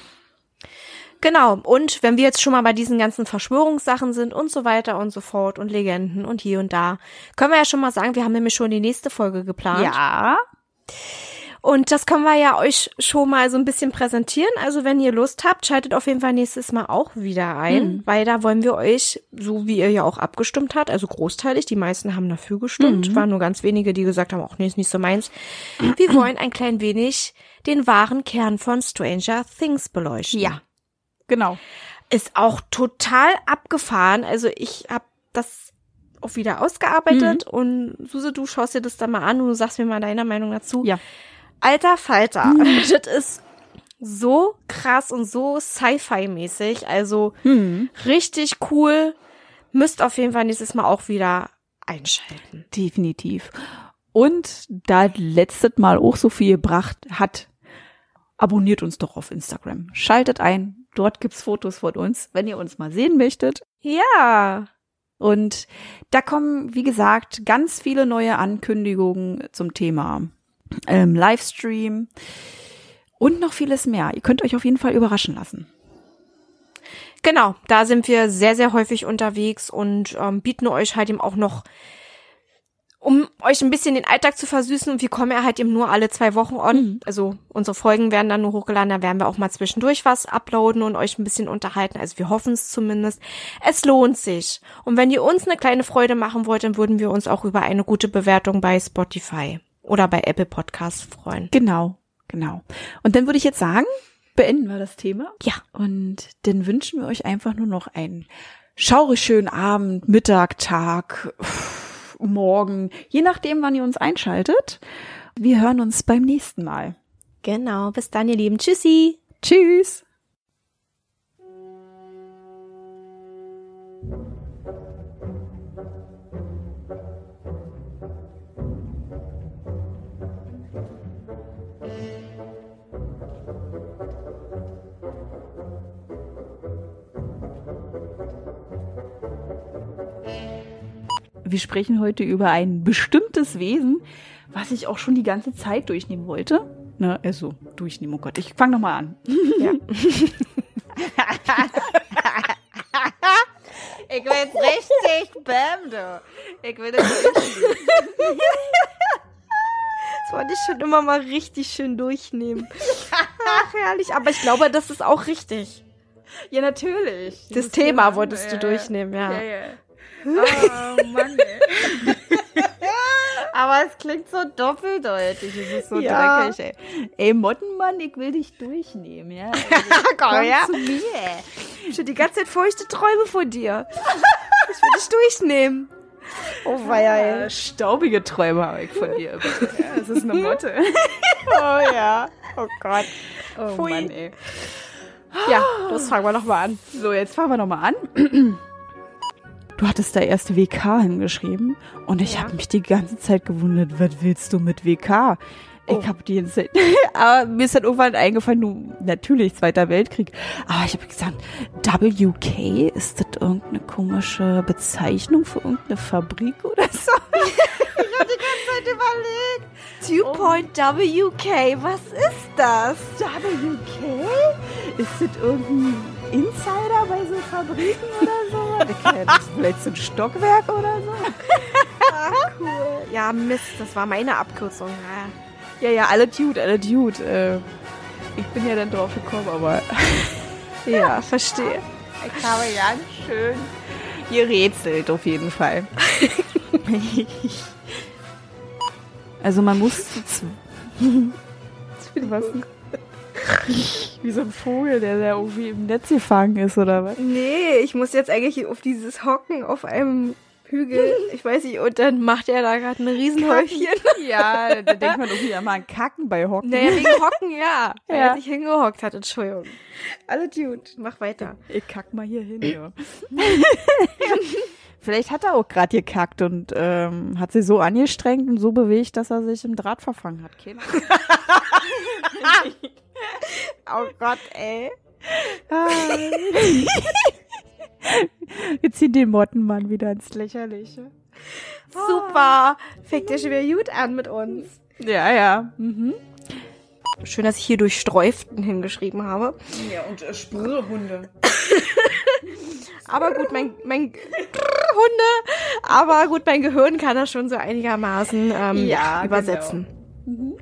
Genau. Und wenn wir jetzt schon mal bei diesen ganzen Verschwörungssachen sind und so weiter und so fort und Legenden und hier und da, können wir ja schon mal sagen, wir haben nämlich schon die nächste Folge geplant. Ja. Und das können wir ja euch schon mal so ein bisschen präsentieren. Also wenn ihr Lust habt, schaltet auf jeden Fall nächstes Mal auch wieder ein, weil da wollen wir euch, so wie ihr ja auch abgestimmt habt, also großteilig, die meisten haben dafür gestimmt, waren nur ganz wenige, die gesagt haben, auch nee, ist nicht so meins. Wir wollen ein klein wenig den wahren Kern von Stranger Things beleuchten. Ja, genau. Ist auch total abgefahren. Also ich habe das auch wieder ausgearbeitet und Suse, du schaust dir das dann mal an und du sagst mir mal deine Meinung dazu. Ja. Alter Falter. Das ist so krass und so Sci-Fi-mäßig. Also richtig cool. Müsst auf jeden Fall nächstes Mal auch wieder einschalten. Definitiv. Und da letztes Mal auch so viel gebracht hat, abonniert uns doch auf Instagram. Schaltet ein. Dort gibt's Fotos von uns, wenn ihr uns mal sehen möchtet. Ja. Und da kommen, wie gesagt, ganz viele neue Ankündigungen zum Thema Livestream und noch vieles mehr. Ihr könnt euch auf jeden Fall überraschen lassen. Genau, da sind wir sehr, sehr häufig unterwegs und bieten euch halt eben auch noch, um euch ein bisschen den Alltag zu versüßen, und wir kommen ja halt eben nur alle 2 Wochen on. Also unsere Folgen werden dann nur hochgeladen, da werden wir auch mal zwischendurch was uploaden und euch ein bisschen unterhalten. Also wir hoffen es zumindest. Es lohnt sich. Und wenn ihr uns eine kleine Freude machen wollt, dann würden wir uns auch über eine gute Bewertung bei Spotify oder bei Apple Podcasts freuen. Genau. Und dann würde ich jetzt sagen, beenden wir das Thema. Ja. Und dann wünschen wir euch einfach nur noch einen schaurig schönen Abend, Mittag, Tag, morgen, je nachdem, wann ihr uns einschaltet. Wir hören uns beim nächsten Mal. Genau, bis dann, ihr Lieben. Tschüssi. Tschüss. Wir sprechen heute über ein bestimmtes Wesen, was ich auch schon die ganze Zeit durchnehmen wollte. Ne, also durchnehmen, oh Gott, ich fange nochmal an. Ja. Ich will jetzt richtig bam, du. Ich will das durchnehmen. Das wollte ich schon immer mal richtig schön durchnehmen. Ach, herrlich. Aber ich glaube, das ist auch richtig. Ja, natürlich. Das Thema wolltest du durchnehmen, ja. Oh, Mann, ey. Aber es klingt so doppeldeutig. Es ist so dreckig, ey. Ey, Mottenmann, ich will dich durchnehmen, ja. Komm, ja. Zu mir. Schon die ganze Zeit feuchte Träume von dir. Ich will dich durchnehmen. Oh, weia, ey. Staubige Träume habe ich von dir. Bitte. Ja, das ist eine Motte. Oh, ja. Oh Gott. Oh, Pfui. Mann, ey. Ja, das fangen wir nochmal an. So, jetzt fangen wir nochmal an. Du hattest da erst WK hingeschrieben und ich habe mich die ganze Zeit gewundert, was willst du mit WK? Ich habe die jetzt, aber mir ist dann irgendwann eingefallen, natürlich Zweiter Weltkrieg, aber ich habe gesagt, WK, ist das irgendeine komische Bezeichnung für irgendeine Fabrik oder so? Ich habe die ganze Zeit überlegt. 2 Point WK, was ist das? WK? Ist das irgendein Insider bei so Fabriken oder so? Das ist vielleicht so ein Stockwerk oder so? Ach, cool. Ja, Mist, das war meine Abkürzung. Ja, alle Dude. Ich bin ja dann drauf gekommen, aber ja, verstehe. ich habe ganz schön gerätselt auf jeden Fall. Also man muss was? Wie so ein Vogel, der irgendwie im Netz gefangen ist, oder was? Nee, ich muss jetzt eigentlich auf dieses Hocken auf einem Hügel, ich weiß nicht, und dann macht er da gerade ein Riesenhäufchen. Ja, da denkt man irgendwie immer an Kacken bei Hocken. Naja, wegen Hocken, ja. Weil er sich hingehockt hat, Entschuldigung. Alle Dude, mach weiter. Ich kack mal hier hin, ja. Vielleicht hat er auch gerade gekackt und hat sich so angestrengt und so bewegt, dass er sich im Draht verfangen hat. Keine Ahnung. Oh Gott, ey. Wir ziehen den Mottenmann wieder ins Lächerliche. Super. Fängt ja schon wieder gut an mit uns. Ja. Mhm. Schön, dass ich hier durch Streuften hingeschrieben habe. Ja, und Sprühhunde. Aber gut, mein Hunde. Aber gut, mein Gehirn kann das schon so einigermaßen übersetzen. Genau. Mhm.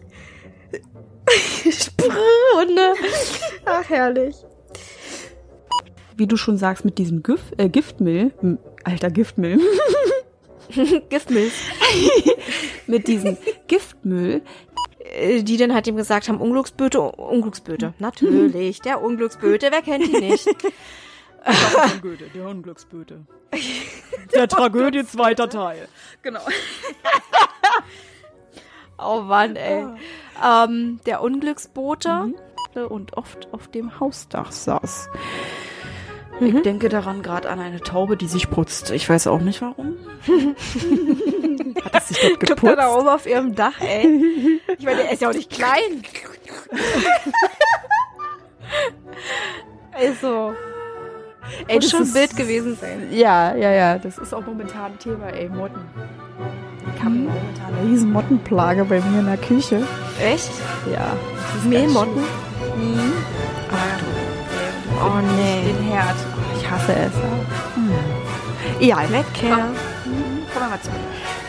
Sprühhunde. Ach, herrlich. Wie du schon sagst, mit diesem Giftmüll. Alter, Giftmüll. Giftmüll. Mit diesem Giftmüll. Die dann halt ihm gesagt haben, Unglücksböte. Natürlich, der Unglücksböte, wer kennt ihn nicht? Der Unglücksböte. Der Tragödie 2. Teil. Genau. Oh Mann, ey. Der Unglücksbote. Und oft auf dem Hausdach saß. Ich denke daran gerade an eine Taube, die sich putzt. Ich weiß auch nicht warum. Hat es sich dort geputzt? Guckt da oben auf ihrem Dach, ey. Ich meine, der ist ja auch nicht klein. Also, ey, muss das schon ein ist- Bild gewesen sein. Ja. Das ist auch momentan ein Thema, ey, Motten. Ich habe momentan eine riesen Mottenplage bei mir in der Küche. Echt? Ja. Mehlmotten? Oh nee. Den Herd. Oh, ich hasse es. Ja. Ja, Lecker. Kommen wir mal zurück.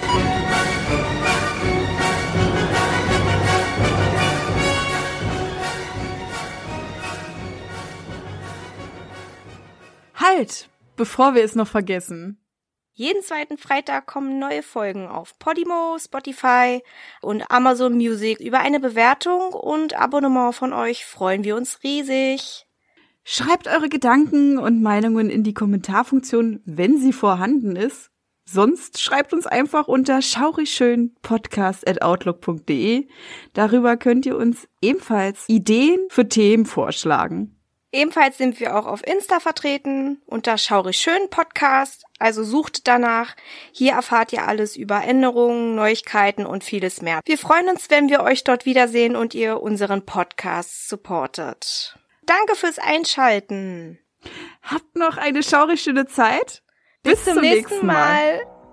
Halt, bevor wir es noch vergessen. Jeden zweiten Freitag kommen neue Folgen auf Podimo, Spotify und Amazon Music. Über eine Bewertung und Abonnement von euch freuen wir uns riesig. Schreibt eure Gedanken und Meinungen in die Kommentarfunktion, wenn sie vorhanden ist. Sonst schreibt uns einfach unter schaurigschönpodcast@outlook.de. Darüber könnt ihr uns ebenfalls Ideen für Themen vorschlagen. Ebenfalls sind wir auch auf Insta vertreten unter Schaurig Schön Podcast, also sucht danach. Hier erfahrt ihr alles über Änderungen, Neuigkeiten und vieles mehr. Wir freuen uns, wenn wir euch dort wiedersehen und ihr unseren Podcast supportet. Danke fürs Einschalten. Habt noch eine schaurig schöne Zeit. Bis zum nächsten Mal.